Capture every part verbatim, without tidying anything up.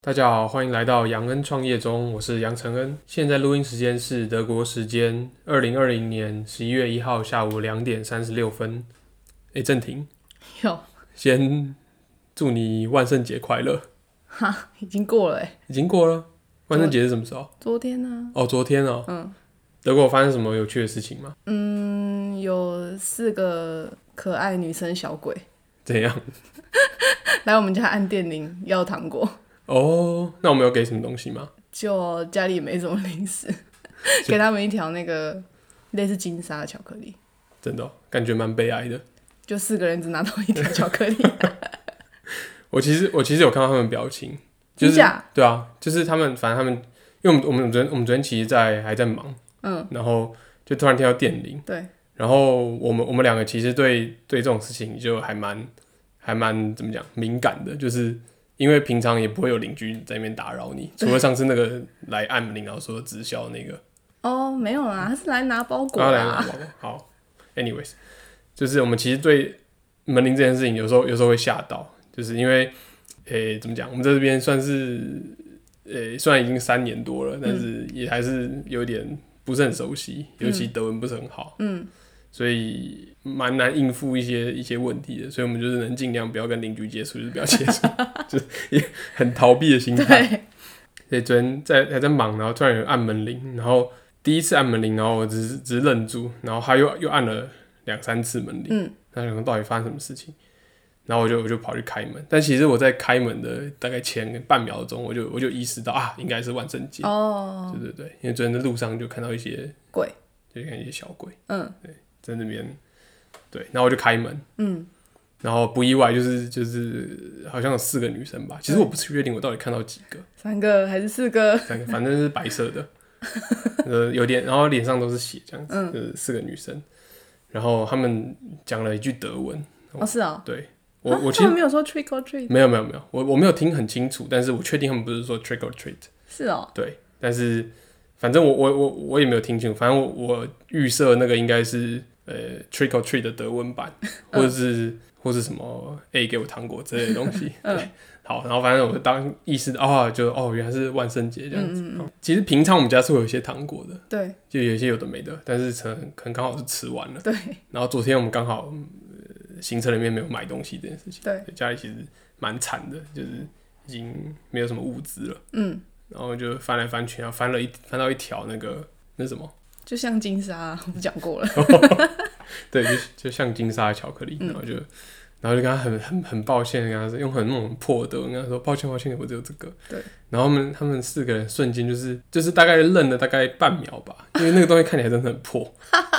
大家好，欢迎来到杨恩创业中，我是杨承恩。现在录音时间是德国时间二零二零年十一月一号下午两点三十六分。哎，郑婷， 有， 先祝你万圣节快乐。 哈，已经过了哎， 已经过了。万圣节是什么时候？ 昨天呢、 哦，昨天哦。 嗯德国发生什么有趣的事情吗？ 嗯，有四个可爱女生小鬼怎样？ 来我们家按电铃要糖果， 哦，那我们有给什么东西吗？ 就家里没什么零食，给他们一条那个类似金沙的巧克力， 真的、哦，感觉蛮悲哀的。 就四个人只拿到一条巧克力。 我其实我其实有看到他们表情，就是真假？ 对啊，就是他们反正他们，因为我们我们昨天我们昨天其实在还在忙。 嗯， 然后就突然听到电铃， 对， 然后我们我们两个其实对对这种事情就还蛮还蛮怎么讲敏感的，就是因为平常也不会有邻居在那边打扰你，除了上次那个来按门铃然后说直销那个， 哦，没有啦，他是来拿包裹啊来拿啦。 包裹。好 ，anyways，就是我们其实对门铃这件事情有时候有时候会吓到，就是因为诶怎么讲，我们在这边算是诶虽然已经三年多了，但是也还是有点不是很熟悉，尤其德文不是很好， 嗯， 所以蛮难应付一些一些问题的，所以我们就是能尽量不要跟邻居接触，就是不要接触，就是也很逃避的心态。 对， 所以昨天在还在忙，然后突然有人按门铃，然后第一次按门铃，然后我只是只是愣住，然后他又又按了两三次门铃， 嗯， 他想说到底发生什么事情，然后我就我就跑去开门，但其实我在开门的大概前半秒钟，我就我就意识到啊，应该是万圣节。 哦， 对对对，因为昨天在路上就看到一些鬼， 就看一些小鬼， 嗯在那边，对，然后我就开门， 嗯， 然后不意外就是就是好像有四个女生吧，其实我不确定我到底看到几个， 三个还是四个？ 三个，反正是白色的，呃，有点，然后脸上都是血这样子， 嗯就是四个女生，然后他们讲了一句德文， 哦，是哦， 对我、 啊我其实他们没有说 trick or treat， 没有没有没有，我我没有听很清楚，但是我确定他们不是说 trick or treat， 是哦， 对，但是反正我我我我也没有听清楚，反正我我预设那个应该是呃 trick or treat 的德文版，或者是、嗯、或是什么 A 给我糖果之类的东西。对，好，然后反正我当意识到哦，就哦原来是万圣节这样子、嗯嗯嗯。其实平常我们家是会有一些糖果的， 对， 就有一些有的没的，但是可能可能刚好是吃完了。 对。 然后昨天我们刚好、呃、行程里面没有买东西这件事情， 对， 家里其实蛮惨的，就是已经没有什么物资了。 嗯。 然后就翻来翻去，然后翻了一翻到一条那个那什么， 就像金沙、啊，我讲过了。 对，就就像金沙的巧克力，然后就、嗯、然后就跟他很很很抱歉，跟他说用很那种破德文跟他说抱歉抱歉，我只有这个。 对。 然后他们他们四个人瞬间就是就是大概愣了大概半秒吧，因为那个东西看起来真的很破。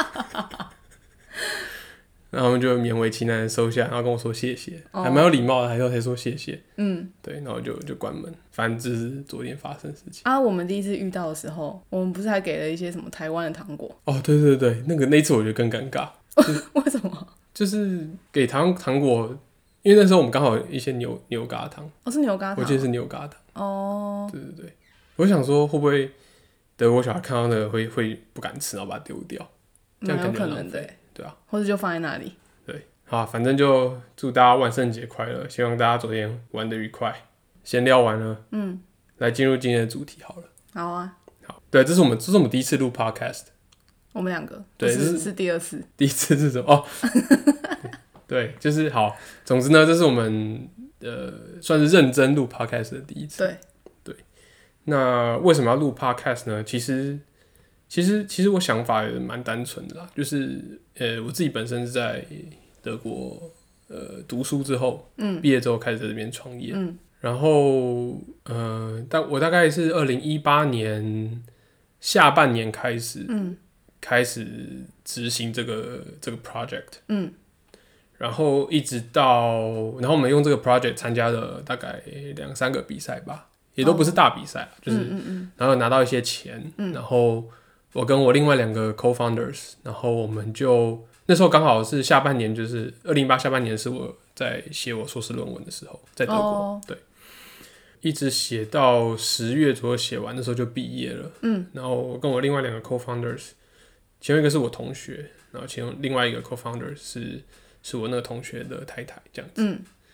然后他们就勉为其难的收下，然后跟我说谢谢，哦、还蛮有礼貌的，还才说谢谢。嗯，对，然后就就关门。反正这是昨天发生的事情啊。我们第一次遇到的时候，我们不是还给了一些什么台湾的糖果？ 哦，对对对，那个那一次我觉得更尴尬。 为什么？ 就是给台湾糖果，因为那时候我们刚好有一些牛牛轧糖。 哦，是牛轧糖。 我记得是牛轧糖。 哦， 对对对，我想说会不会德国小孩看到那个会会不敢吃，然后把它丢掉？这样感觉很浪费。对啊， 或者就放在那里。 对，好，反正就祝大家万圣节快乐，希望大家昨天玩得愉快。闲聊完了，嗯，来进入今天的主题好了。 好啊， 好，对，这是我们这是我们第一次录 podcast， 我们两个， 对， 是是是第二次， 第一次是什么？哦，对，就是好，总之呢，这是我们呃算是认真录 podcast 的第一次。 对对，那为什么要录 podcast 呢？其实。其实，其实我想法也蛮单纯的啦，就是呃，我自己本身是在德国呃读书之后，嗯，毕业之后开始在这边创业，嗯，然后呃，但我大概是二零一八年下半年开始，嗯，开始执行这个这个 project，嗯，然后一直到，然后我们用这个 project 参加了大概两三个比赛吧，也都不是大比赛，哦、就是、嗯嗯嗯，然后拿到一些钱，嗯，然后。我跟我另外两个 co-founders， 然后我们就那时候刚好是下半年，就是二零一八下半年是我在写我硕士论文的时候，在德国， oh. 对，一直写到十月左右写完的时候就毕业了。嗯，然后我跟我另外两个 co-founders， 其中一个是我同学，然后其中另外一个 co-founder 是是我那个同学的太太这样子。嗯，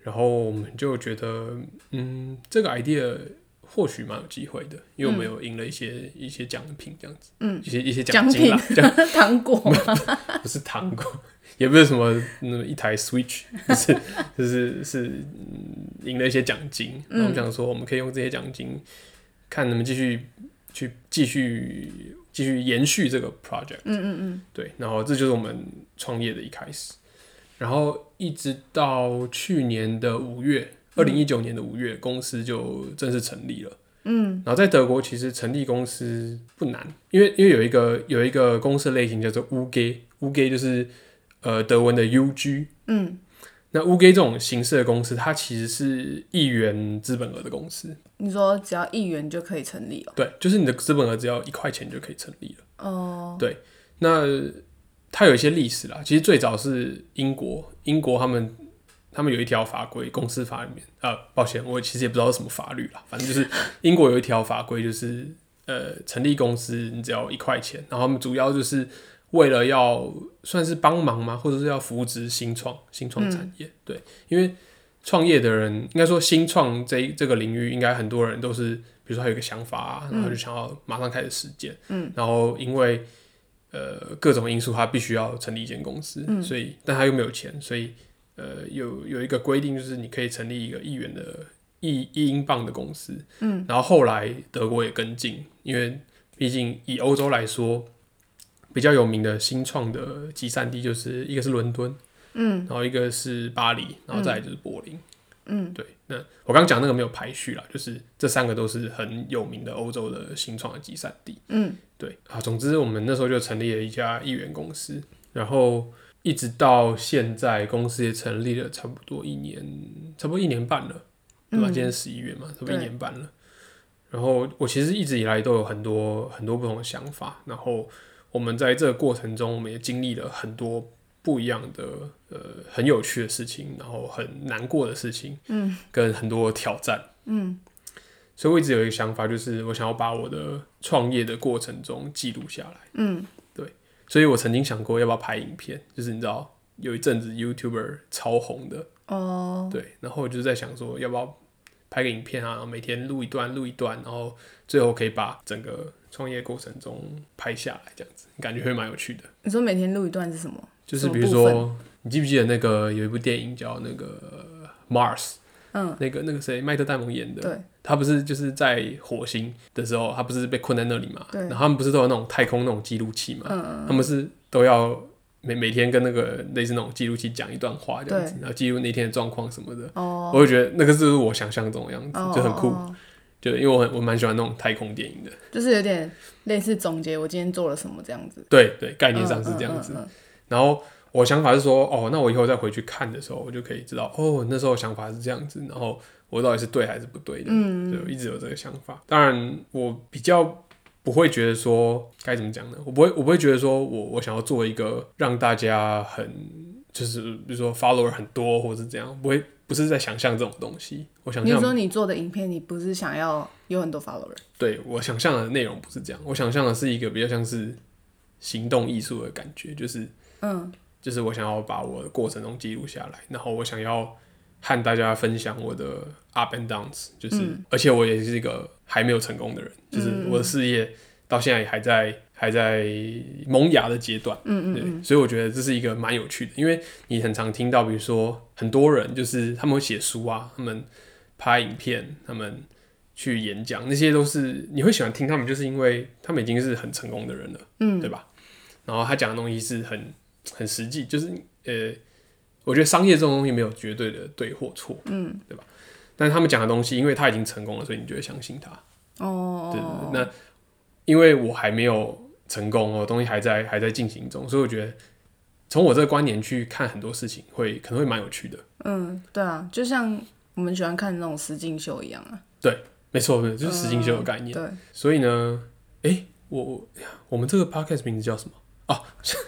然后我们就觉得，嗯，这个 idea 或许蛮有机会的，因为我们有赢了一些、嗯、一些奖品这样子，嗯，一些一些奖金啦， 糖果不是糖果，也不是什么那一台 Switch， 就是就是是赢了一些奖金，然后我们想说，我们可以用这些奖金，看能不能继续去继续继续延续这个 project， 嗯嗯嗯，对，然后这就是我们创业的一开始。然后一直到去年的五月，二零一九年的五月，公司就正式成立了。嗯，然后在德国其实成立公司不难，因为因为有一个有一个公司类型叫做 U G，U G 就是呃德文的 U G。嗯，那 U G 这种形式的公司，它其实是一元资本额的公司。 你说只要一元就可以成立哦？ 对，就是你的资本额只要一块钱就可以成立了。哦，对，那。它有一些历史啦，其实最早是英国，英国他们他们有一条法规，公司法里面，呃，抱歉，我其实也不知道是什么法律啦，反正就是英国有一条法规，就是呃，成立公司你只要一块钱，然后他们主要就是为了要算是帮忙嘛，或者是要扶植新创新创产业，嗯、对，因为创业的人应该说新创这这个领域，应该很多人都是，比如说他有一个想法啊，然后就想要马上开始实践，嗯，然后因为呃，各种因素，他必须要成立一间公司，嗯、所以，但他又没有钱，所以，呃，有有一个规定，就是你可以成立一个一元的一一英镑的公司，嗯，然后后来德国也跟进，因为毕竟以欧洲来说，比较有名的新创的集散地就是一个是伦敦，嗯，然后一个是巴黎，然后再来就是柏林，嗯，对，那我刚刚讲那个没有排序啦，就是这三个都是很有名的欧洲的新创的集散地，嗯。对啊，总之我们那时候就成立了一家一元公司，然后一直到现在，公司也成立了差不多一年，差不多一年半了，对吧？嗯、今天十一月嘛，差不多一年半了。然后我其实一直以来都有很多很多不同的想法，然后我们在这个过程中，我们也经历了很多不一样的呃很有趣的事情，然后很难过的事情，嗯，跟很多挑战，嗯。所以我一直有一个想法，就是我想要把我的创业的过程中记录下来。嗯，对，所以我曾经想过要不要拍影片，就是你知道有一阵子 YouTuber 超红的哦，对，然后我就在想说要不要拍个影片啊，然后每天录一段录一段，然后最后可以把整个创业过程中拍下来，这样子感觉会蛮有趣的。 你说每天录一段是什么？ 就是比如说，你记不记得那个有一部电影叫那个 Mars？嗯，那个那个谁，麦特戴蒙演的，对，他不是就是在火星的时候，他不是被困在那里嘛？对，然后他们不是都有那种太空那种记录器嘛？嗯，他们是都要每每天跟那个类似那种记录器讲一段话这样子，然后记录那天的状况什么的。哦，我会觉得那个就是我想象中的样子，哦、就很酷。就因为我很我蛮喜欢那种太空电影的， 就是有点类似总结我今天做了什么这样子。 对对，概念上是这样子。嗯嗯嗯嗯、然后。我想法是说，哦，那我以后再回去看的时候，我就可以知道，哦，那时候想法是这样子，然后我到底是对还是不对的，嗯，就一直有这个想法。当然，我比较不会觉得说该怎么讲呢？我不会，我不会觉得说我我想要做一个让大家很就是比如说 follower 很多或者是这样，不会不是在想象这种东西。我想象你说你做的影片，你不是想要有很多 follower？ 对，我想象的内容不是这样，我想象的是一个比较像是行动艺术的感觉，就是嗯。就是我想要把我的过程中记录下来，然后我想要和大家分享我的 up and downs， 就是、嗯、而且我也是一个还没有成功的人，就是我的事业到现在也还在还在萌芽的阶段，嗯嗯嗯，所以我觉得这是一个蛮有趣的，因为你很常听到，比如说很多人就是他们会写书啊，他们拍影片，他们去演讲，那些都是你会喜欢听他们，就是因为他们已经是很成功的人了，嗯，对吧？然后他讲的东西是很。很实际，就是呃，我觉得商业这种东西没有绝对的对或错，嗯，对吧？但是他们讲的东西，因为他已经成功了，所以你就会相信他。哦，对对对。那因为我还没有成功，我东西还在还在进行中，所以我觉得从我这个观点去看很多事情会，会可能会蛮有趣的。 嗯，对啊，就像我们喜欢看那种实境秀一样啊。 对，没错，就是实境秀的概念。 嗯、对， 所以呢，哎、欸，我我我们这个 podcast 名字叫什么？哦。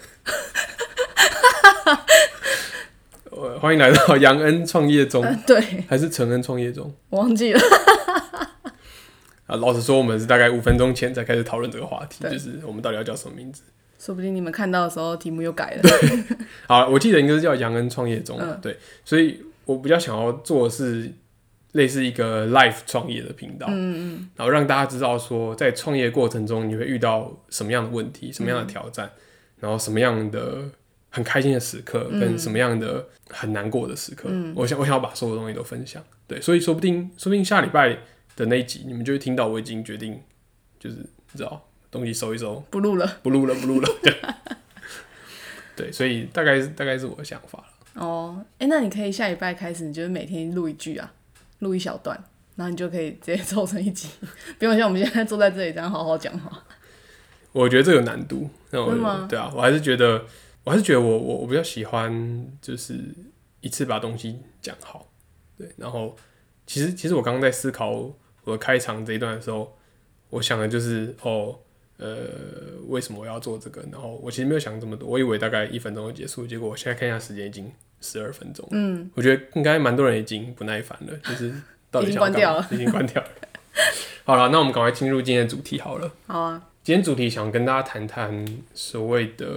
欢迎来到杨恩创业中、呃， 对， 还是陈恩创业中？ 我忘记了。 啊，老实说，我们是大概五分钟前才开始讨论这个话题，就是我们到底要叫什么名字？ 说不定你们看到的时候，题目又改了。 对，好，我记得应该是叫杨恩创业中，嗯、对，所以我比较想要做的是类似一个 live 创业的频道，嗯嗯，然后让大家知道说，在创业过程中你会遇到什么样的问题，什么样的挑战，嗯、然后什么样的很开心的时刻，嗯、跟什么样的很难过的时刻。嗯、我想我想要把所有东西都分享，对，所以说不定说不定下礼拜的那一集，你们就会听到我已经决定，就是你知道东西收一收， 不录了， 不录了，不录了，对，对，所以大概大概是我的想法了。 哦，哎、欸，那你可以下礼拜开始，你就是每天录一句啊。录一小段，然后你就可以直接凑成一集，不用像我们现在坐在这里这样好好讲话。 我觉得这有难度，那我是吗？ 对啊，我还是觉得，我还是觉得我我我比较喜欢就是一次把东西讲好，对。然后其实其实我刚刚在思考我的开场这一段的时候，我想的就是哦，呃，为什么我要做这个？然后我其实没有想这么多，我以为大概一分钟就结束，结果我现在看一下时间已经十二分钟，嗯，我觉得应该蛮多人已经不耐烦了，就是到底想要干嘛，已经关掉了，已经关掉了。好了，那我们赶快进入今天的主题好了。 好啊， 今天主题想跟大家谈谈所谓的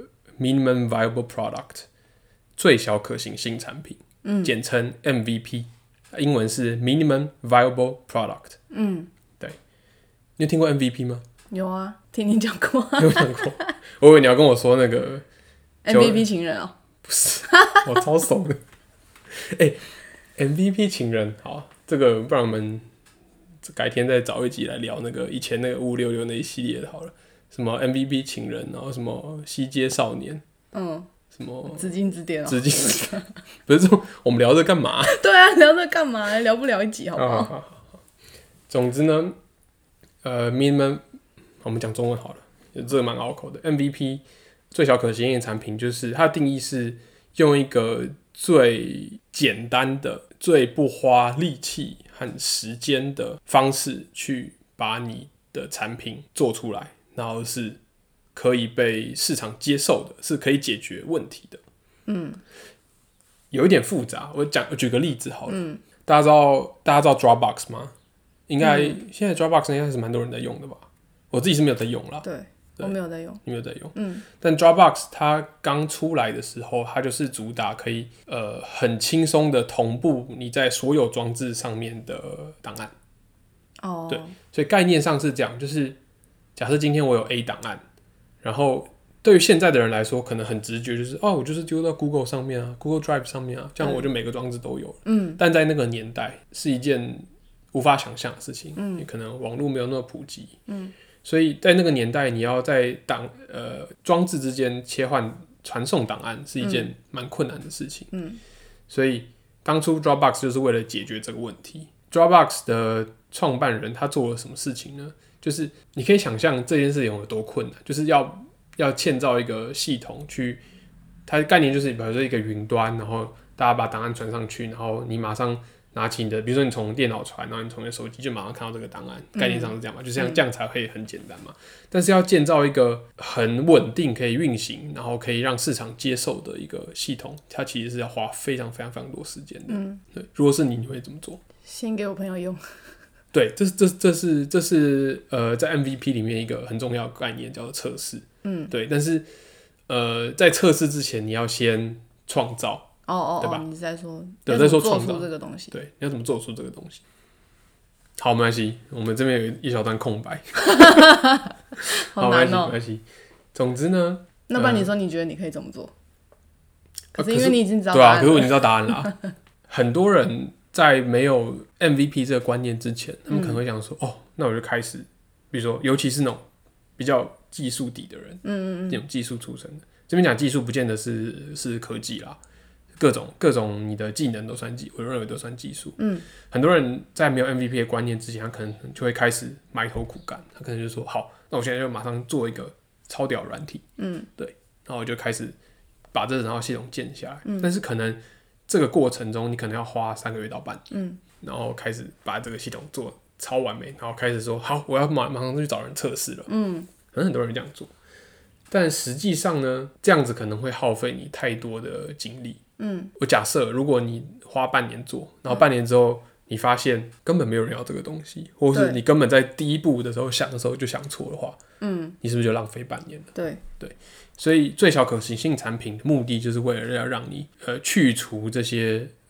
minimum viable product 最小可行性产品，嗯，简称 M V P， 英文是 minimum viable product。嗯，对，你有听过 M V P 吗？ 有啊，听你讲过、啊。 有讲过，我以为你要跟我说那个 M V P 情人哦。 不是，我超熟的。哎、欸、，M V P 情人，好，这个不然我们改天再找一集来聊那个以前那个五五六六那一系列的好了。什么 M V P 情人，然后什么西街少年，嗯，什么紫禁之巅哦， 紫禁之巅，不是说我们聊这干嘛？ 对啊，聊这干嘛？聊不了一集好不好？ 好好好好，总之呢，呃 ，minimum， 我们讲中文好了，这个蛮拗口的 M V P。最小可行性的产品，就是它的定义是用一个最简单的、最不花力气和时间的方式去把你的产品做出来，然后是可以被市场接受的，是可以解决问题的。嗯，有一点复杂，我讲，我举个例子好了。嗯，大家知道大家知道 Dropbox 吗？应该、嗯、现在 Dropbox 应该是蛮多人在用的吧？我自己是没有在用啦。 对。我没有在用， 你没有在用，嗯，但 Dropbox 它刚出来的时候，它就是主打可以呃很轻松的同步你在所有装置上面的档案。哦，对，所以概念上是这样，就是假设今天我有 A 档案，然后对于现在的人来说，可能很直觉就是哦，我就是丢到 Google 上面啊 ，Google Drive 上面啊，这样我就每个装置都有了。嗯，但在那个年代是一件无法想象的事情，嗯，也可能网络没有那么普及，嗯。所以在那个年代，你要在档呃装置之间切换传送档案是一件蛮困难的事情。嗯，所以当初 Dropbox 就是为了解决这个问题。Dropbox 的创办人他做了什么事情呢？就是你可以想象这件事情有多困难，就是要要建造一个系统去，它的概念就是比如说一个云端，然后大家把档案传上去，然后你马上拿起你的，比如说你从电脑传，然后你从你的手机就马上看到这个档案，概念上是这样嘛，嗯、就像这样才会很简单嘛。但是要建造一个很稳定、可以运行，然后可以让市场接受的一个系统，它其实是要花非常非常非常多时间的。嗯，对。如果是你，你会怎么做？ 先给我朋友用。 对，这是这这是这是呃，在 M V P 里面一个很重要的概念，叫做测试。嗯，对。但是呃，在测试之前，你要先创造。 哦哦， 对吧？ 你在说， 对，在说创造这个东西。 对，你要怎么做出这个东西？好，没关系，我们这边有一小段空白。 好难哦、喔， 没关系。总之呢， 那不然你说你觉得你可以怎么做？呃、可是因为你已经知道答案了，对啊，可是我已经知道答案了、啊。很多人在没有 M V P 这个观念之前，他们可能会想说，嗯、哦，那我就开始，比如说，尤其是那种比较技术底的人，嗯嗯嗯，那种技术出身的，这边讲技术不见得是是科技啦。各种各种你的技能都算技，我认为都算技术。嗯，很多人在没有 M V P 的观念之前，他可能就会开始埋头苦干。他可能就说：“好，那我现在就马上做一个超屌软体。”嗯，对，然后我就开始把这整套系统建下来。嗯，但是可能这个过程中，你可能要花三个月到半年。嗯，然后开始把这个系统做超完美，然后开始说：“好，我要马马上去找人测试了。”嗯，可能很多人这样做，但实际上呢，这样子可能会耗费你太多的精力。嗯，我假设如果你花半年做，然后半年之后你发现根本没有人要这个东西，或是你根本在第一步的时候想的时候就想错的话，嗯，你是不是就浪费半年了？ 对对，所以最小可行性产品的目的就是为了要让你呃去除这些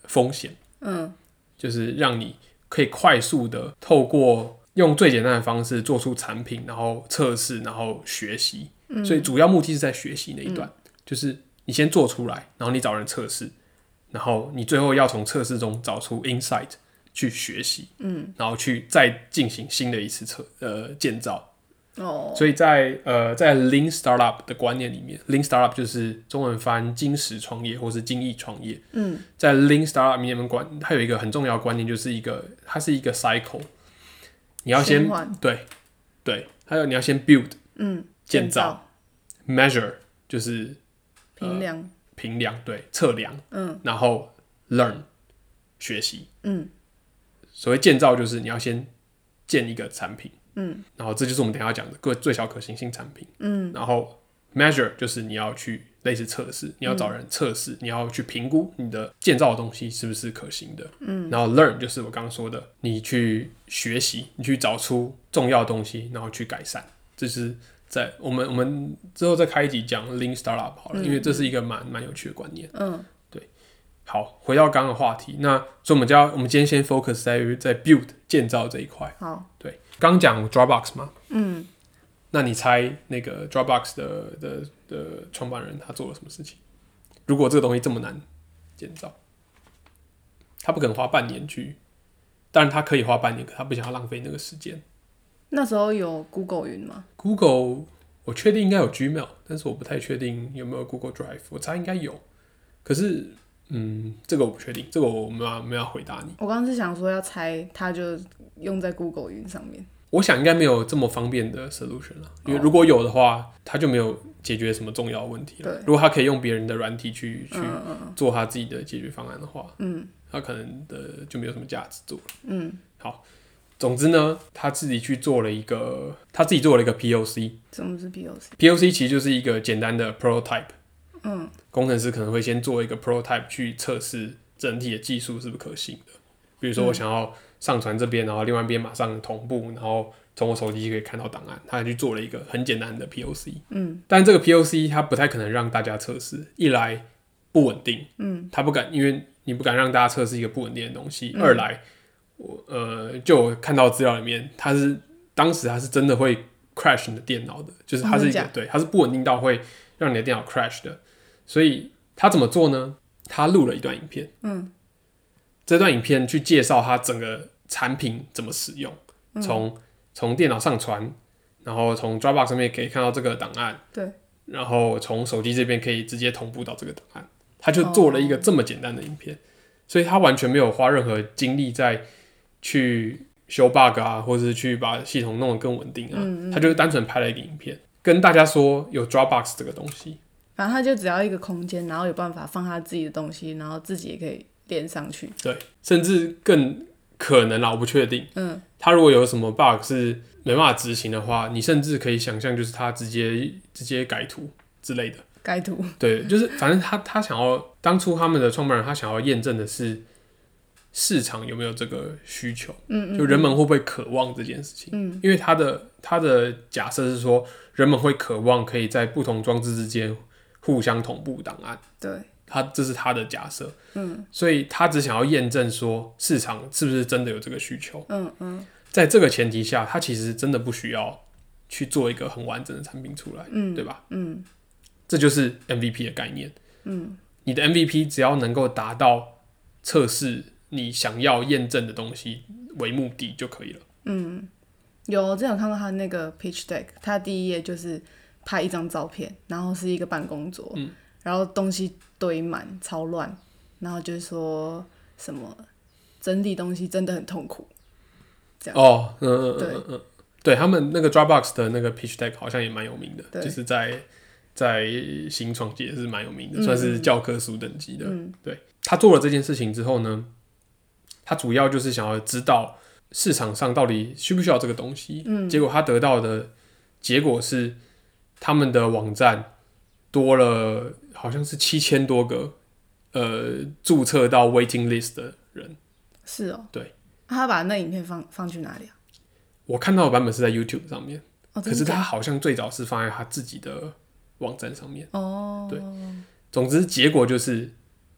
风险， 嗯， 就是让你可以快速的透过用最简单的方式做出产品，然后测试，然后学习。嗯、所以主要目的是在学习那一段，嗯、就是你先做出来，然后你找人测试，然后你最后要从测试中找出 insight 去学习，嗯，然后去再进行新的一次测呃建造。哦，所以在呃在 Lean Startup 的观念里面 ，Lean Startup 就是中文翻精实创业或是精益创业。嗯，在 Lean Startup 里面观，它有一个很重要的观念，就是一个它是一个 cycle， 你要先对对，还有你要先 build， 嗯，建造 ，measure 就是评量、呃、 评量对测量，嗯，然后 learn 学习，嗯，所谓建造就是你要先建一个产品。嗯，然后这就是我们等一下要讲的个最小可行性产品。嗯，然后 measure 就是你要去类似测试，你要找人测试，嗯、你要去评估你的建造的东西是不是可行的。嗯，然后 learn 就是我刚刚说的，你去学习，你去找出重要的东西，然后去改善。这是在我们我们之后再开一集讲 Lean Startup 好了，嗯、因为这是一个蛮蛮有趣的观念。嗯，对。好，回到刚刚的话题，那所以我们就要我们今天先 focus 在于在 build 建造这一块。好，对。刚讲 Dropbox 嘛，嗯，那你猜那个 Dropbox 的的的创办人他做了什么事情？如果这个东西这么难建造，他不可能花半年去，当然他可以花半年，可他不想要浪费那个时间。 那时候有 Google 云吗 ？Google 我确定应该有 Gmail， 但是我不太确定有没有 Google Drive， 我猜应该有，可是嗯，这个我不确定，这个我没有没有回答你。 我刚刚是想说要猜，他就用在 Google 云上面。 我想应该没有这么方便的 solution 啦，因为如果有的话，他就没有解决什么重要的问题了。如果他可以用别人的软体去去做他自己的解决方案的话，嗯，他可能的就没有什么价值做了。嗯，好，总之呢，他自己去做了一个，他自己做了一个 P O C。 什么是 P O C？P O C 其实就是一个简单的 prototype。嗯，工程师可能会先做一个 prototype 去测试整体的技术是不是可行的。比如说我想要上传这边，然后另外一边马上同步，然后从我手机可以看到档案，他去做了一个很简单的 P O C。嗯，但这个 P O C 它不太可能让大家测试，一来不稳定，嗯，他不敢，因为你不敢让大家测试一个不稳定的东西；嗯、二来，我呃，就我看到资料里面，它是当时它是真的会 crash 你的电脑的，就是它是一个、哦、对，它是不稳定到会让你的电脑 crash 的。所以他怎么做呢？他录了一段影片，嗯。这段影片去介绍它整个产品怎么使用，从从、嗯、电脑上传，然后从 Dropbox 上面可以看到这个档案， 对， 然后从手机这边可以直接同步到这个档案，他就做了一个这么简单的影片，哦、所以他完全没有花任何精力在去修 bug 啊，或者是去把系统弄得更稳定啊，嗯嗯他就单纯拍了一个影片，跟大家说有 Dropbox 这个东西， 反正他就只要一个空间，然后有办法放他自己的东西，然后自己也可以连上去， 对，甚至更可能啦，我不确定。嗯，他如果有什么 bug 是没办法执行的话，你甚至可以想象，就是他直接直接改图之类的。 改图， 对，就是反正他他想要，当初他们的创办人他想要验证的是市场有没有这个需求，嗯, 嗯, 嗯就人们会不会渴望这件事情。嗯，因为他的他的假设是说，人们会渴望可以在不同装置之间互相同步档案。 对。 他这是他的假设，嗯，所以他只想要验证说市场是不是真的有这个需求，嗯嗯，在这个前提下，他其实真的不需要去做一个很完整的产品出来，嗯，对吧？嗯，这就是 M V P 的概念，嗯，你的 M V P 只要能够达到测试你想要验证的东西为目的就可以了，嗯， 有之前有看过他那个 pitch deck， 他第一页就是拍一张照片，然后是一个办公桌，嗯，然后东西堆满超乱，然后就是说什么整理东西真的很痛苦，这样哦，嗯嗯嗯嗯，对他们那个 Dropbox 的那个 pitch deck 好像也蛮有名的，就是在在新创界是蛮有名的，嗯、算是教科书等级的。嗯、对，他做了这件事情之后呢，他主要就是想要知道市场上到底需不需要这个东西。嗯、结果他得到的结果是，他们的网站多了。好像是七千多个呃注册到 waiting list 的人， 是哦， 对， 他把那影片放放去哪里啊？ 我看到的版本是在 YouTube 上面， 哦、 可是他好像最早是放在他自己的网站上面。哦，对，总之结果就是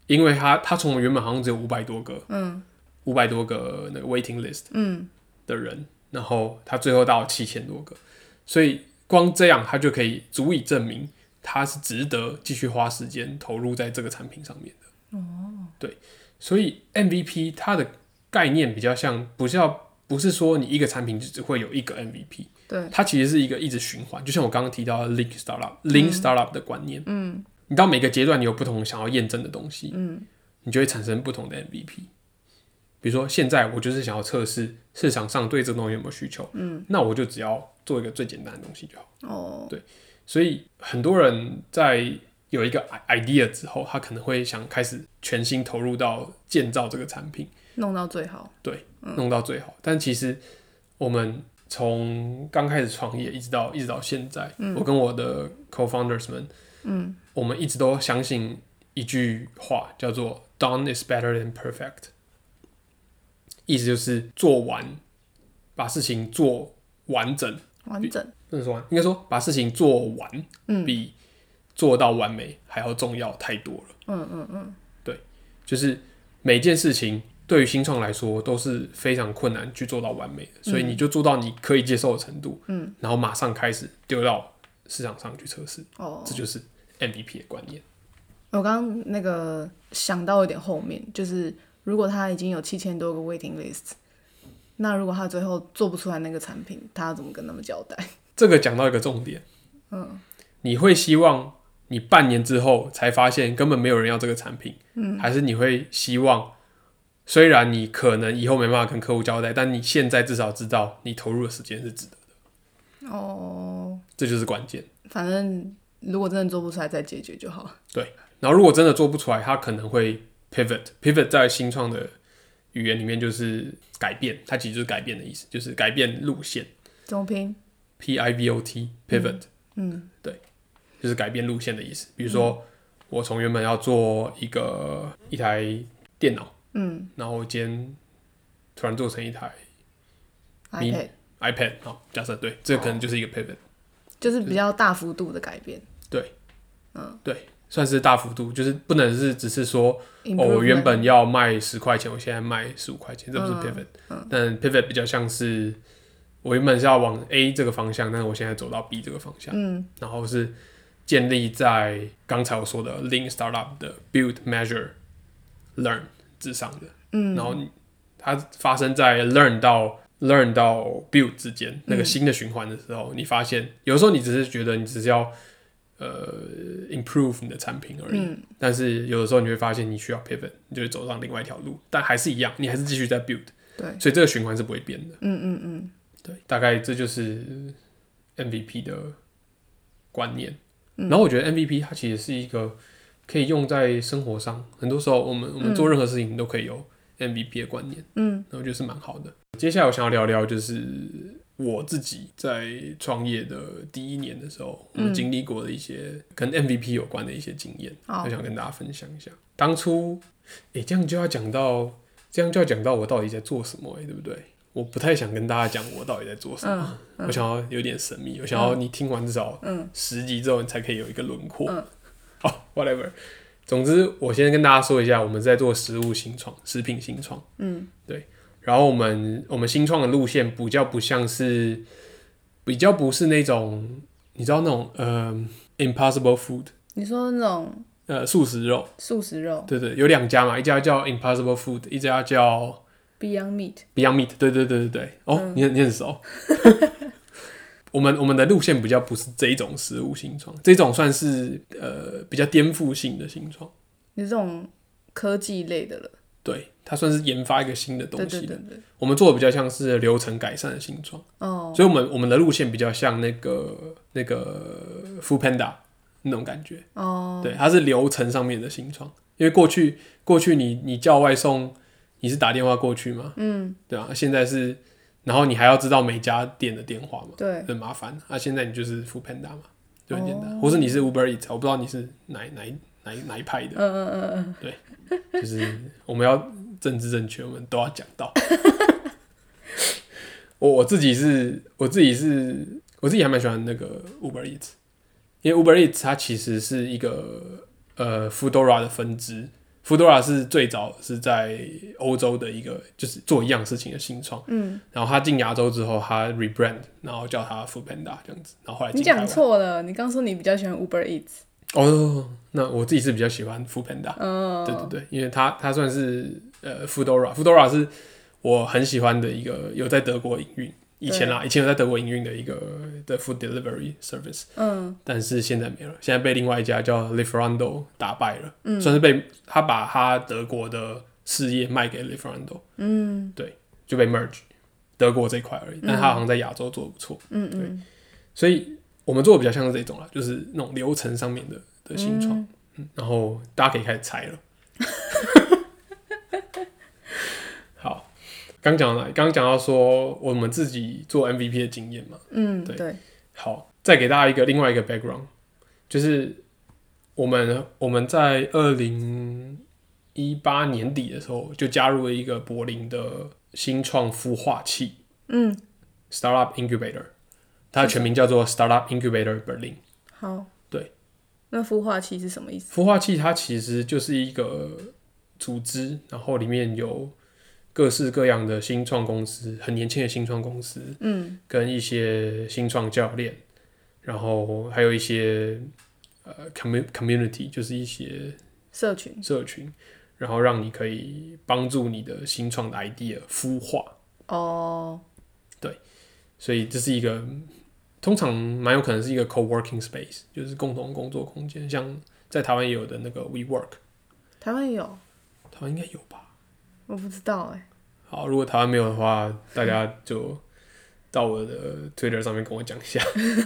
因为他他从原本好像只有五百多个，嗯，五百多个那个 waiting list， 嗯的人，然后他最后到七千多个，所以光这样他就可以足以证明他是值得继续花时间投入在这个产品上面的。哦，对，所以 M V P 它的概念比较像，不是要不是说你一个产品就只会有一个 M V P， 对，它其实是一个一直循环，就像我刚刚提到的 Lean Startup、Lean Startup 的观念，嗯，你到每个阶段你有不同想要验证的东西，嗯，你就会产生不同的 M V P。比如说现在我就是想要测试市场上对这个东西有没有需求，嗯，那我就只要做一个最简单的东西就好。哦，对，所以很多人在有一个 idea 之后，他可能会想开始全心投入到建造这个产品， 弄到最好。 对，嗯、弄到最好。但其实我们从刚开始创业一直到一直到现在，嗯、我跟我的 co-founders 们，嗯，我们一直都相信一句话，叫做 "Done is better than perfect"。意思就是做完，把事情做完整， 完整不能说完，应该说把事情做完，嗯、比做到完美还要重要太多了。嗯嗯嗯，对，就是每件事情对于新创来说都是非常困难去做到完美的，所以你就做到你可以接受的程度，嗯，然后马上开始丢到市场上去测试，哦，这就是 M V P 的观念。 我刚刚那个想到有点后面，就是如果他已经有七千多个 waiting list， 那如果他最后做不出来那个产品，他要怎么跟他们交代？ 这个讲到一个重点，嗯，你会希望你半年之后才发现根本没有人要这个产品，嗯，还是你会希望虽然你可能以后没办法跟客户交代，但你现在至少知道你投入的时间是值得的。哦，这就是关键。 反正如果真的做不出来再解决就好。 对，然后如果真的做不出来，他可能会 pivot pivot 在新创的语言里面就是改变，它其实就是改变的意思，就是改变路线。 怎么拼 ？P I V O T pivot， 嗯，嗯对，就是改变路线的意思。比如说，嗯、我从原本要做一个一台电脑，嗯，然后今天突然做成一台 iPad iPad， 好，假设对，这个可能就是一个 pivot，、哦、 就是比较大幅度的改变。 对，嗯，对。算是大幅度，就是不能是只是说，哦，我原本要卖十块钱，我现在卖十五块钱，这不是 pivot、嗯嗯。但 pivot 比较像是我原本是要往 A 这个方向，但是我现在走到 B 这个方向，嗯、然后是建立在刚才我说的 Lean Startup 的 Build Measure Learn 之上的，嗯、然后它发生在 Learn 到 Learn 到 Build 之间那个新的循环的时候，嗯、你发现有时候你只是觉得你只是要呃 improve 你的产品而已，嗯、但是有的时候你会发现你需要 pivot， 你就会走上另外一条路，但还是一样，你还是继续在 build， 对，所以这个循环是不会变的。嗯嗯嗯，对，大概这就是 M V P 的观念。嗯、然后我觉得 M V P 它其实是一个可以用在生活上，很多时候我们我们做任何事情都可以有 M V P 的观念，嗯，然后我觉得是蛮好的。接下来我想要聊聊就是我自己在创业的第一年的时候，我们经历过的一些跟 M V P 有关的一些经验，我、嗯、想跟大家分享一下。当初，哎、欸，这样就要讲到，这样就要讲到我到底在做什么、欸，对不对？我不太想跟大家讲我到底在做什么，嗯嗯、我想要有点神秘，我想要你听完至少十集之后，你才可以有一个轮廓。哦、嗯 oh, ，whatever。总之，我先跟大家说一下，我们在做食物新创、食品新创。嗯，对。然后我们我们新创的路线比较不像是，比较不是那种你知道那种呃 Impossible Food， 你说那种呃素食肉， 素食肉， 对对，有两家嘛，一家叫 Impossible Food， 一家叫 Beyond Meat Beyond Meat， 对对对对对，哦，嗯、你很你很熟。我们我们的路线比较不是这一种食物新创，这种算是呃比较颠覆性的新创， 你这种科技类的了。 对，它算是研发一个新的东西的。 对对对对， 我们做的比较像是流程改善的新创，哦，所以我们我们的路线比较像那个那个 Foodpanda 那种感觉。哦，对，它是流程上面的新创，因为过去过去你你叫外送，你是打电话过去嘛，嗯，对啊，现在是，然后你还要知道每家店的电话嘛，对，很麻烦。啊，现在你就是 Foodpanda 嘛，就很简单，哦、或是你是 Uber Eats， 我不知道你是哪哪一。哪一哪一派的？嗯嗯嗯嗯，对，就是我们要政治正确，我们都要讲到。我我自己是，我自己是，我自己还蛮喜欢那个 Uber Eats， 因为 Uber Eats 它其实是一个呃 Foodora 的分支， Foodora 是最早是在欧洲的一个就是做一样事情的新创，嗯，然后他进亚洲之后，他 rebrand， 然后叫他 Foodpanda 这样子，然后后来你讲错了，你刚说你比较喜欢 Uber Eats。 哦，那我自己是比较喜欢 Foodpanda，哦，对对对，因为它它算是呃 Foodora，Foodora 是我很喜欢的一个有在德国营运，以前啦，以前有在德国营运的一个的 food delivery service，嗯，但是现在没了，现在被另外一家叫 Lieferando 打败了，嗯，算是被他把他德国的事业卖给 Lieferando，嗯，对，就被 merge 德国这一块而已，但他好像在亚洲做得不错，嗯嗯，对，所以我们做的比较像是这种啦，就是那种流程上面的的新创，嗯嗯，然后大家可以开始猜了。好，刚讲到哪里？刚讲到说我们自己做 M V P 的经验嘛，嗯，对，对。好，再给大家一个另外一个 background， 就是我们我们在二零一八年底的时候就加入了一个柏林的新创孵化器，嗯 ，Startup Incubator。它的全名叫做 Startup Incubator Berlin。 好， 对。 那孵化器是什么意思？ 孵化器它其实就是一个组织，然后里面有各式各样的新创公司，很年轻的新创公司，嗯，跟一些新创教练，然后还有一些呃 community， 就是一些社群， 社群，然后让你可以帮助你的新创的 idea 孵化。哦，对，所以这是一个。通常蛮有可能是一个 co-working space， 就是共同工作空间，像在台湾也有的那个 WeWork。 台湾也有？ 台湾应该有吧？ 我不知道哎、欸。 好，如果台湾没有的话，大家就到我的 Twitter 上面跟我讲一下。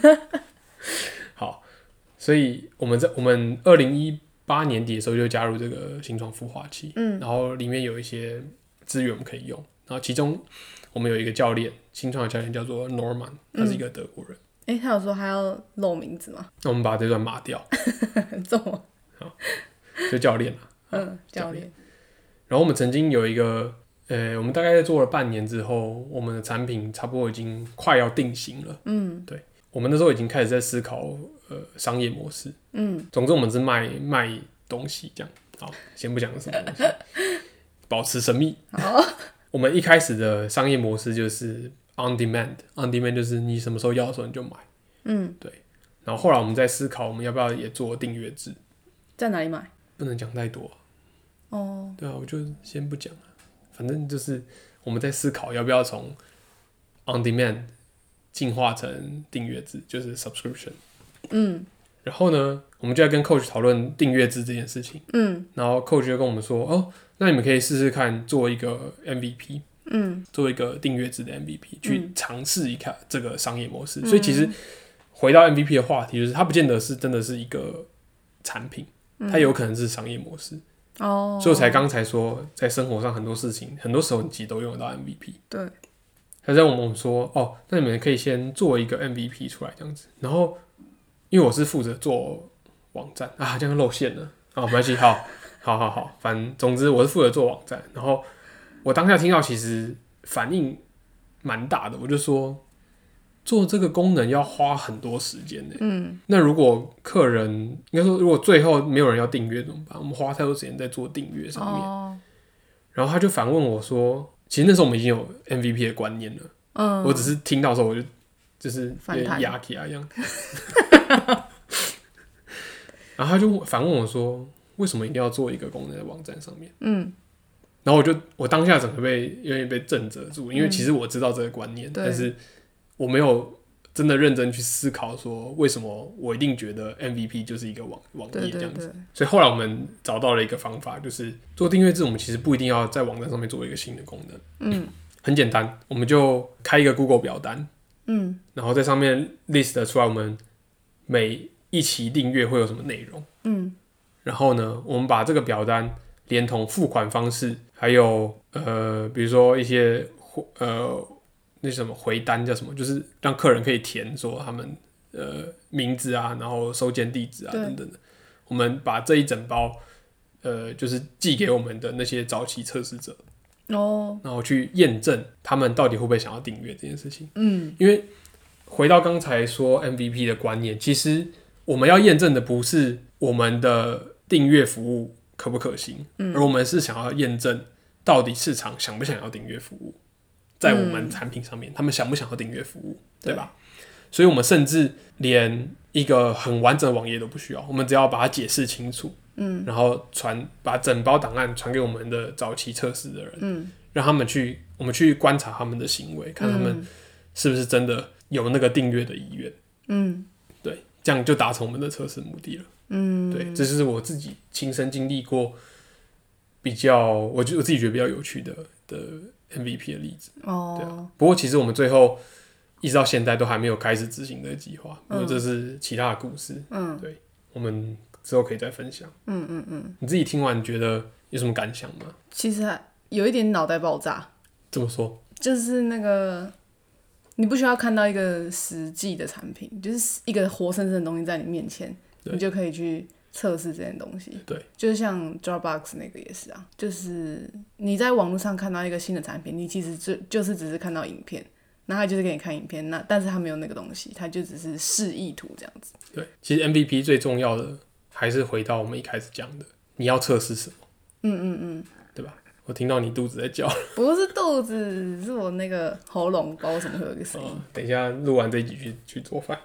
好，所以我们在我们二零一八年底的时候就加入这个新创孵化器，嗯，然后里面有一些资源我们可以用，然后其中我们有一个教练，新创的教练叫做 Norman， 他是一个德国人。 哎、欸，他有说他要露名字吗？ 那我们把这段码掉。 这么好，就教练啦。 嗯，教练。 然后我们曾经有一个，呃，我们大概在做了半年之后，我们的产品差不多已经快要定型了。嗯，对，我们那时候已经开始在思考呃商业模式。嗯，总之我们是卖卖东西这样。好，先不讲是什么东西，保持神秘。好，我们一开始的商业模式就是。On demand， on demand 就是你什么时候要的时候你就买，嗯，对。然后后来我们在思考，我们要不要也做订阅制？ 在哪里买？ 不能讲太多、啊。哦，对啊，我就先不讲了。反正就是我们在思考要不要从 on demand 进化成订阅制，就是 subscription。嗯。然后呢，我们就在跟 coach 讨论订阅制这件事情。嗯。然后 coach 就跟我们说，哦，那你们可以试试看做一个 M V P。嗯，做一个订阅制的 M V P， 去尝试一下这个商业模式。嗯、所以其实回到 M V P 的话题，就是它不见得是真的是一个产品，它有可能是商业模式。哦，所以我才刚才说，在生活上很多事情，很多时候你其实都用得到 M V P。 对。 他在我们说，哦，那你们可以先做一个 M V P 出来这样子。然后，因为我是负责做网站啊，这样露馅了。好，没关系，好，好好好，反正总之我是负责做网站，然后。我当下听到，其实反应蛮大的。我就说，做这个功能要花很多时间呢。嗯，那如果客人应该说，如果最后没有人要订阅怎么办？我们花太多时间在做订阅上面。哦。然后他就反问我说：“其实那时候我们已经有 M V P 的观念了。嗯，我只是听到的时候我就就是有点压起来一样。然后他就反问我说：“为什么一定要做一个功能在網站上面？”嗯。然后我就我当下整个被有点被震慑住，因为其实我知道这个观念，嗯、但是我没有真的认真去思考说为什么我一定觉得 M V P 就是一个网网页这样子。对对对，所以后来我们找到了一个方法，就是做订阅制，我们其实不一定要在网站上面做一个新的功能。嗯，很简单，我们就开一个 Google 表单，嗯，然后在上面 list 出来我们每一期订阅会有什么内容。嗯，然后呢，我们把这个表单连同付款方式，还有呃，比如说一些呃那什么回单叫什么，就是让客人可以填说他们呃名字啊，然后收件地址啊等等的。我们把这一整包呃，就是寄给我们的那些早期测试者哦，然后去验证他们到底会不会想要订阅这件事情。嗯，因为回到刚才说 M V P 的观念，其实我们要验证的不是我们的订阅服务可不可行，嗯、而我们是想要验证到底市场想不想要订阅服务，在我们产品上面，嗯、他们想不想要订阅服务，对吧？所以我们甚至连一个很完整的网页都不需要，我们只要把它解释清楚，嗯、然后传把整包档案传给我们的早期测试的人，嗯、让他们去我们去观察他们的行为，看他们是不是真的有那个订阅的意愿，嗯，对，这样就达成我们的测试目的了。嗯，对，这就是我自己亲身经历过比较，我我自己觉得比较有趣的的 M V P 的例子。哦，对啊。不过其实我们最后一直到现在都还没有开始执行这个计划，因为这是其他的故事。嗯，对，我们之后可以再分享。嗯嗯嗯。你自己听完觉得有什么感想吗？ 其实有一点脑袋爆炸。 怎么说？ 就是那个。你不需要看到一个实际的产品，就是一个活生生的东西在你面前，你就可以去测试这件东西。 对， 就是像 Dropbox 那个也是啊，就是你在网络上看到一个新的产品，你其实就就是只是看到影片，那他就是给你看影片，那但是他没有那个东西，他就只是示意图这样子。 对，其实 M V P 最重要的还是回到我们一开始讲的，你要测试什么？嗯嗯嗯，对吧？我听到你肚子在叫， 不是肚子，是我那个喉咙，不知道为什么会有一个声音。哦、 等一下录完这一集去去做饭。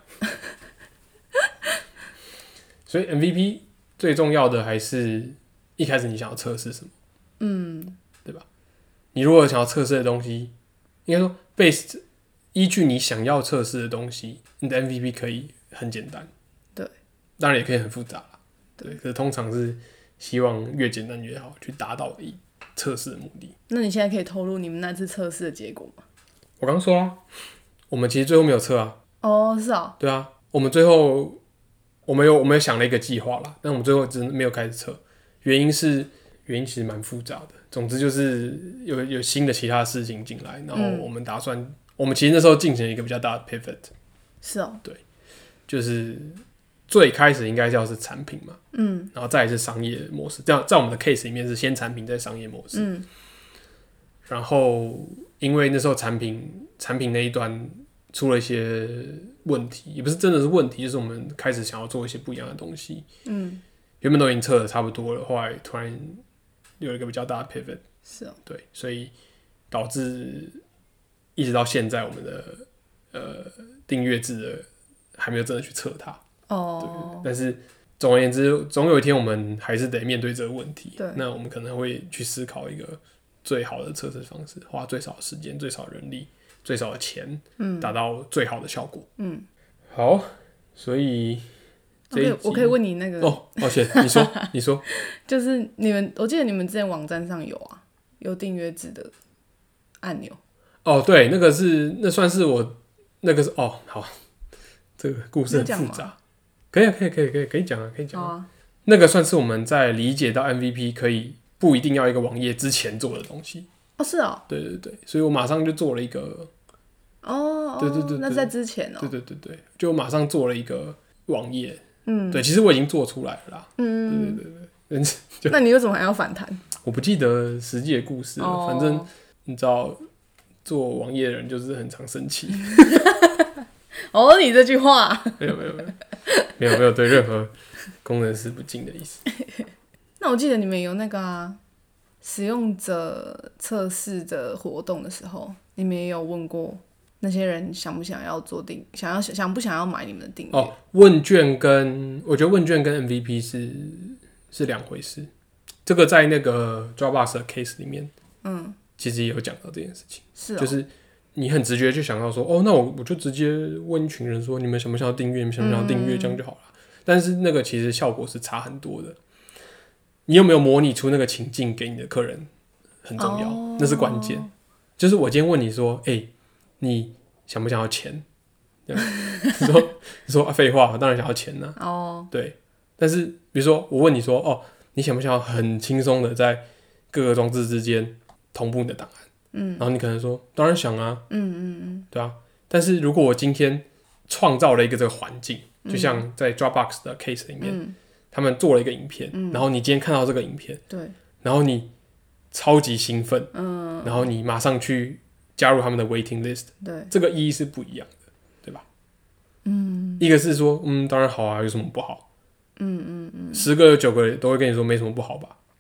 所以 M V P 最重要的还是一开始你想要测试什么，嗯，对吧？你如果想要测试的东西，应该说 based 依据你想要测试的东西，你的 M V P 可以很简单， 对， 当然也可以很复杂啦，对，可是通常是希望越简单越好，去达到一测试的目的。 那你现在可以透露你们那次测试的结果吗？ 我刚说啊，我们其实最后没有测啊。 哦，是啊。 对啊，我们最后我们有我们有想了一个计划啦，但我们最后只没有开始测，原因是原因其实蛮复杂的。总之就是有有新的其他事情进来，然后我们打算，嗯、我们其实那时候进行了一个比较大的 pivot。 是哦。 对，就是最开始应该叫是产品嘛，嗯，然后再来是商业模式。这样在我们的 case 里面是先产品再商业模式，嗯，然后因为那时候产品产品那一端出了一些问题，也不是真的是问题，就是我们开始想要做一些不一样的东西，嗯，原本都已经测的差不多了，后来突然有一个比较大的 pivot， 是哦， 对，所以导致一直到现在我们的呃订阅制的还没有真的去测它。哦，对，但是总而言之，总有一天我们还是得面对这个问题。 对， 那我们可能会去思考一个最好的测试方式，花最少的时间、最少的人力、最少的钱，嗯，达到最好的效果。嗯，好，所以这一集 okay, 我可以问你那个哦，抱歉，你说，你说， 就是你们，我记得你们之前网站上有啊，有订阅制的按钮。 哦，对，那个是那算是我那个是哦，好，这个故事很复杂。可以啊，可以，可以，可以，可以讲啊，可以讲啊。那个算是我们在理解到 M V P 可以不一定要一个网页之前做的东西。 哦，是哦。 对对对，所以我马上就做了一个。 哦， 对对 对, 对， 那在之前哦。 对对对对，就马上做了一个网页。嗯，对，其实我已经做出来了啦。嗯，对对对对。 那你为什么还要反弹？ 我不记得实际的故事了，哦、反正你知道，做网页的人就是很常生气。 哦，你这句话没有没有没有没有没有对任何工程师不敬的意思。 那我记得你们有那个、啊、使用者测试的活动的时候，你们也有问过那些人想不想要做订，想要想不想要买你们的订阅？ 哦，问卷跟我觉得问卷跟 M V P 是是两回事。这个在那个 Dropbox 的 case 里面，嗯，其实也有讲到这件事情， 是、哦、 就是。你很直觉就想到说，哦，那我我就直接问一群人说，你们想不想要订阅？你们想不想要订阅？这样就好了。但是那个其实效果是差很多的。你有没有模拟出那个情境给你的客人很重要，哦、那是关键。就是我今天问你说，哎、欸，你想不想要钱？你说你说啊，废话，我当然想要钱呢、啊。哦，对。但是比如说我问你说，哦，你想不想要很轻松的在各个装置之间同步你的档案？嗯，然后你可能说，当然想啊，嗯嗯嗯，对啊。但是如果我今天创造了一个这个环境，就像在 Dropbox 的 case 里面，嗯、他们做了一个影片，嗯、然后你今天看到这个影片， 对， 然后你超级兴奋，嗯，然后你马上去加入他们的 waiting list， 对， 这个意义是不一样的，对吧？嗯，一个是说，嗯，当然好啊，有什么不好？嗯嗯嗯，十个有九个都会跟你说没什么不好吧？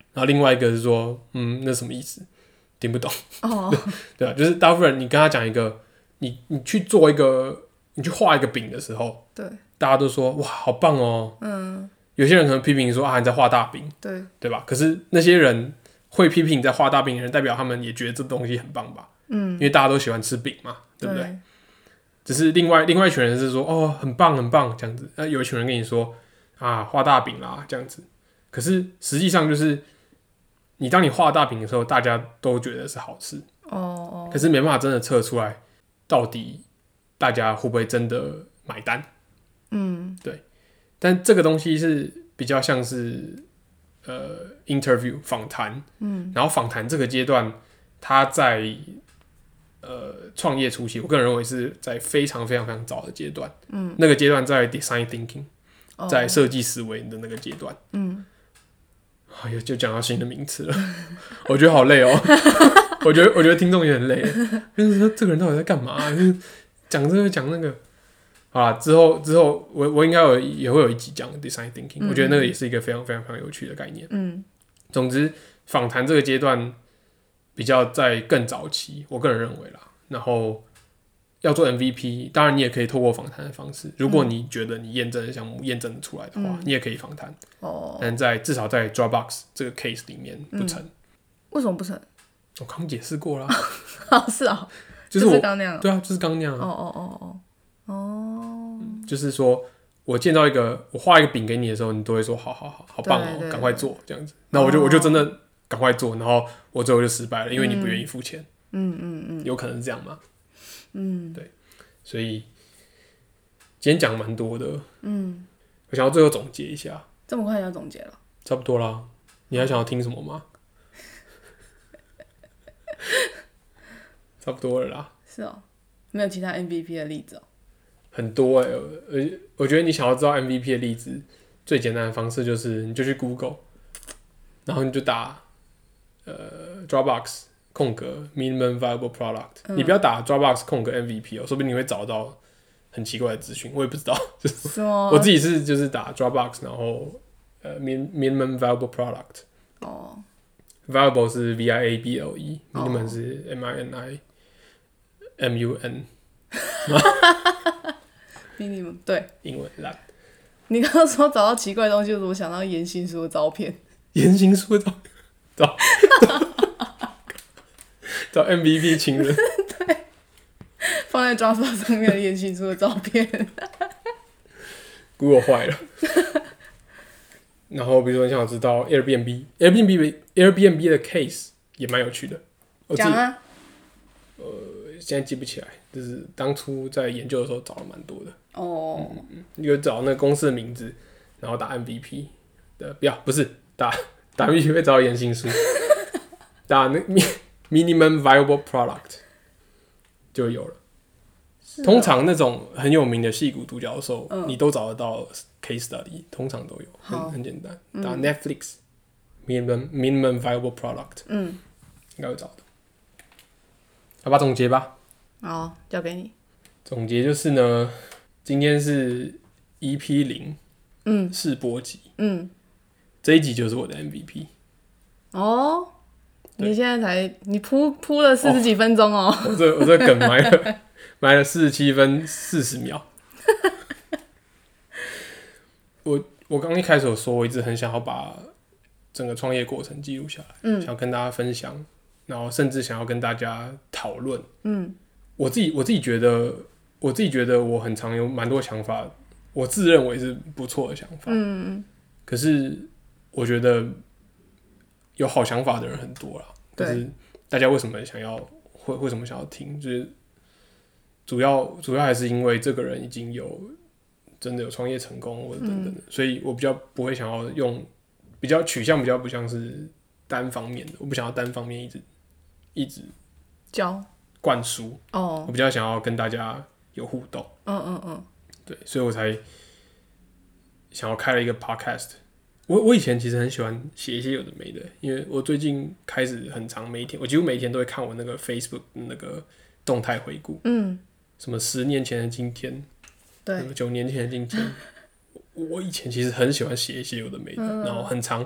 然后另外一个是说，嗯，那什么意思？听不懂。 哦， 对啊，就是大部分人你跟他讲一个，你你去做一个，你去画一个饼的时候， 对， 大家都说哇，好棒哦。 嗯， 有些人可能批评说啊，你在画大饼， 对， 对吧？可是那些人会批评你在画大饼的人，代表他们也觉得这东西很棒吧？ 嗯， 因为大家都喜欢吃饼嘛，对不对？ 对只是另外另外一群人是说哦，很棒很棒这样子，那有一群人跟你说啊，画大饼啦这样子。可是实际上就是你当你画大饼的时候，大家都觉得是好事， 哦哦， 可是没办法真的测出来到底大家会不会真的买单。 嗯， 对。但这个东西是比较像是呃 interview 访谈，嗯，然后访谈这个阶段，它在呃创业初期，我个人认为是在非常非常非常早的阶段，嗯，那个阶段在 design thinking，、哦、在设计思维的那个阶段，嗯，哎呀，就讲到新的名词了，我觉得好累哦，我觉得我觉得听众也很累，就是说这个人到底在干嘛、啊？就是讲这个讲那个。好啦，之后之后我我应该有也会有一集讲 design thinking，、嗯、我觉得那个也是一个非常非常非常有趣的概念。嗯，总之访谈这个阶段比较在更早期，我个人认为啦。然后要做 M V P， 当然你也可以透过访谈的方式，如果你觉得你验证的项目验证的出来的话，嗯、你也可以访谈。哦，但在至少在 Dropbox 这个 case 里面不成、嗯。 为什么不成？ 我刚解释过啦。 是啊、喔， 就是我刚那样。 对啊，就是刚那样。 哦哦哦哦。哦、 嗯，就是说我见到一个，我画一个饼给你的时候，你都会说好好好，好棒哦，赶快做这样子。那我就、哦、我就真的赶快做，然后我最后就失败了，因为你不愿意付钱。嗯嗯嗯，有可能是这样吗？嗯，对，所以今天讲蛮多的。嗯，我想要最后总结一下。 这么快就要总结了？ 差不多啦。你还想要听什么吗？差不多了啦。 是哦，没有其他 M V P 的例子哦。 很多哎、欸，我觉得你想要知道 M V P 的例子，最简单的方式就是你就去 Google， 然后你就打呃 Dropbox 空格 minimum viable product，、嗯、你不要打 Dropbox 空格 M V P 哦，说不定你会找到很奇怪的资讯，我也不知道。是吗？我自己是就是打 Dropbox， 然后呃 minimum viable product。哦。viable 是 V I A B L E，minimum、哦、是 M I N I M U N。 minimum 对， 英文烂。 你刚刚说找到奇怪的东西，我想到言行书的照片。 言行书的照片，找找 M V P 情人。 对，放在 Dropbox 上面的言行书的照片。 Google 坏了。然后比如说你想知道 Airbnb，Airbnb Airbnb 的 case 也蛮有趣的。 讲啊。 呃，现在记不起来，就是当初在研究的时候找了蛮多的。哦，嗯，你就找那个公司的名字，然后打 M V P 的，不要，不是打打 M V P 会找到言行书，打那 minimum viable product 就有了。哦、通常那种很有名的矽谷独角兽，嗯、你都找得到 case study， 通常都有，很很简单。打 Netflix、嗯、minimum minimum viable product， 嗯，应该会找到。好吧，总结吧。 好，交给你。 总结就是呢，今天是 E P 零，嗯，试播集，嗯，这一集就是我的 M V P。哦， 你现在才你铺铺了四十几分钟哦。 我这我这梗埋了埋了四十七分四十秒。我我刚一开始有说，我一直很想要把整个创业过程记录下来，嗯，想跟大家分享。然后甚至想要跟大家讨论，嗯，我自己我自己觉得，我自己觉得我很常有蛮多想法，我自认为是不错的想法，嗯，可是我觉得有好想法的人很多啦，可是大家为什么想要会为什么想要听，就是主要主要还是因为这个人已经有真的有创业成功或者等等的，嗯、所以我比较不会想要用比较取向比较不像是单方面的，我不想要单方面一直。一直教灌输哦，我比较想要跟大家有互动，嗯嗯嗯，对，所以我才想要开了一个 podcast。我我以前其实很喜欢写一些有的没的，因为我最近开始很常每一天，我几乎每一天都会看我那个 Facebook 那个动态回顾，嗯，什么十年前的今天，对，九年前的今天，我以前其实很喜欢写一些有的没的，嗯、然后很常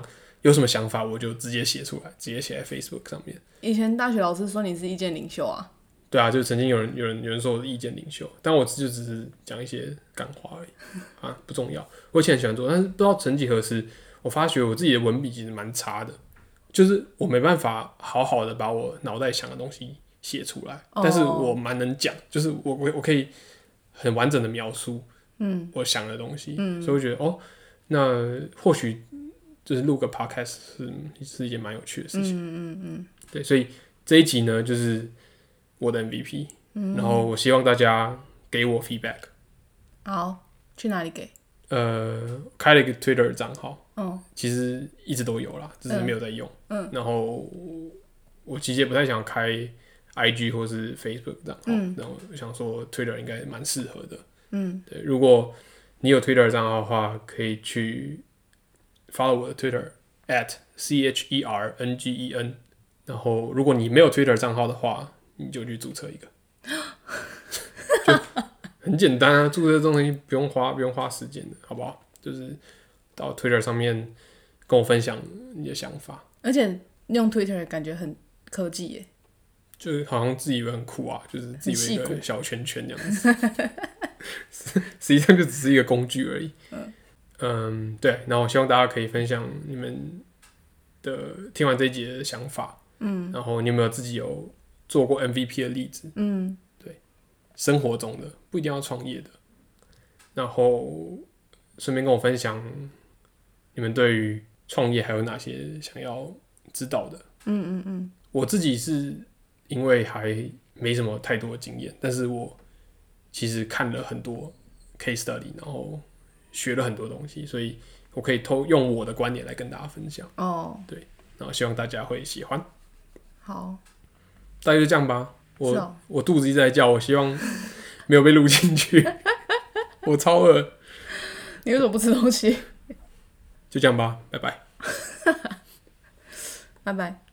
有什么想法我就直接写出来，直接写在 Facebook 上面。 以前大学老师说你是意见领袖啊。 对啊，就曾经有人有人有人说我是意见领袖，但我就只是讲一些干话而已啊，不重要。我以前很喜欢做，但是不知道曾几何时，我发觉我自己的文笔其实蛮差的，就是我没办法好好的把我脑袋想的东西写出来，但是我蛮能讲，就是我我我可以很完整的描述，嗯，我想的东西，嗯，所以我觉得哦，那或许就是录个 podcast 是是一件蛮有趣的事情，嗯嗯嗯，对，所以这一集呢，就是我的 M V P，嗯，然后我希望大家给我 feedback。 好，去哪里给？ 呃，开了一个 Twitter 账号， 嗯， 其实一直都有啦，只是没有在用。嗯，然后我其实也不太想开 I G 或是 Facebook 账号，嗯，然后我想说 Twitter 应该蛮适合的。嗯，对，如果你有 Twitter 账号的话，可以去 follow 我的 Twitter at C H E R N G E N。然后，如果你没有 Twitter 账号的话，你就去注册一个，就很简单啊，注册这种东西不用花不用花时间的，好不好？就是到 Twitter 上面跟我分享你的想法， 而且用 Twitter 感觉很科技耶， 就是好像自己以为很酷啊，就是自己以为一个小圈圈这样子，实际上就只是一个工具而已。嗯，嗯，对，然后我希望大家可以分享你们的听完这一集的想法。嗯，然后你有没有自己有做过 M V P 的例子？嗯，对，生活中的不一定要创业的。然后顺便跟我分享你们对于创业还有哪些想要知道的。嗯嗯嗯，我自己是因为还没什么太多的经验，但是我其实看了很多 case study， 然后学了很多东西，所以我可以偷用我的观点来跟大家分享。哦，对，然后希望大家会喜欢。好，大概就这样吧。我、哦、我肚子一直在叫，我希望没有被录进去。我超饿。 你为什么不吃东西？ 就这样吧，拜拜。 拜拜。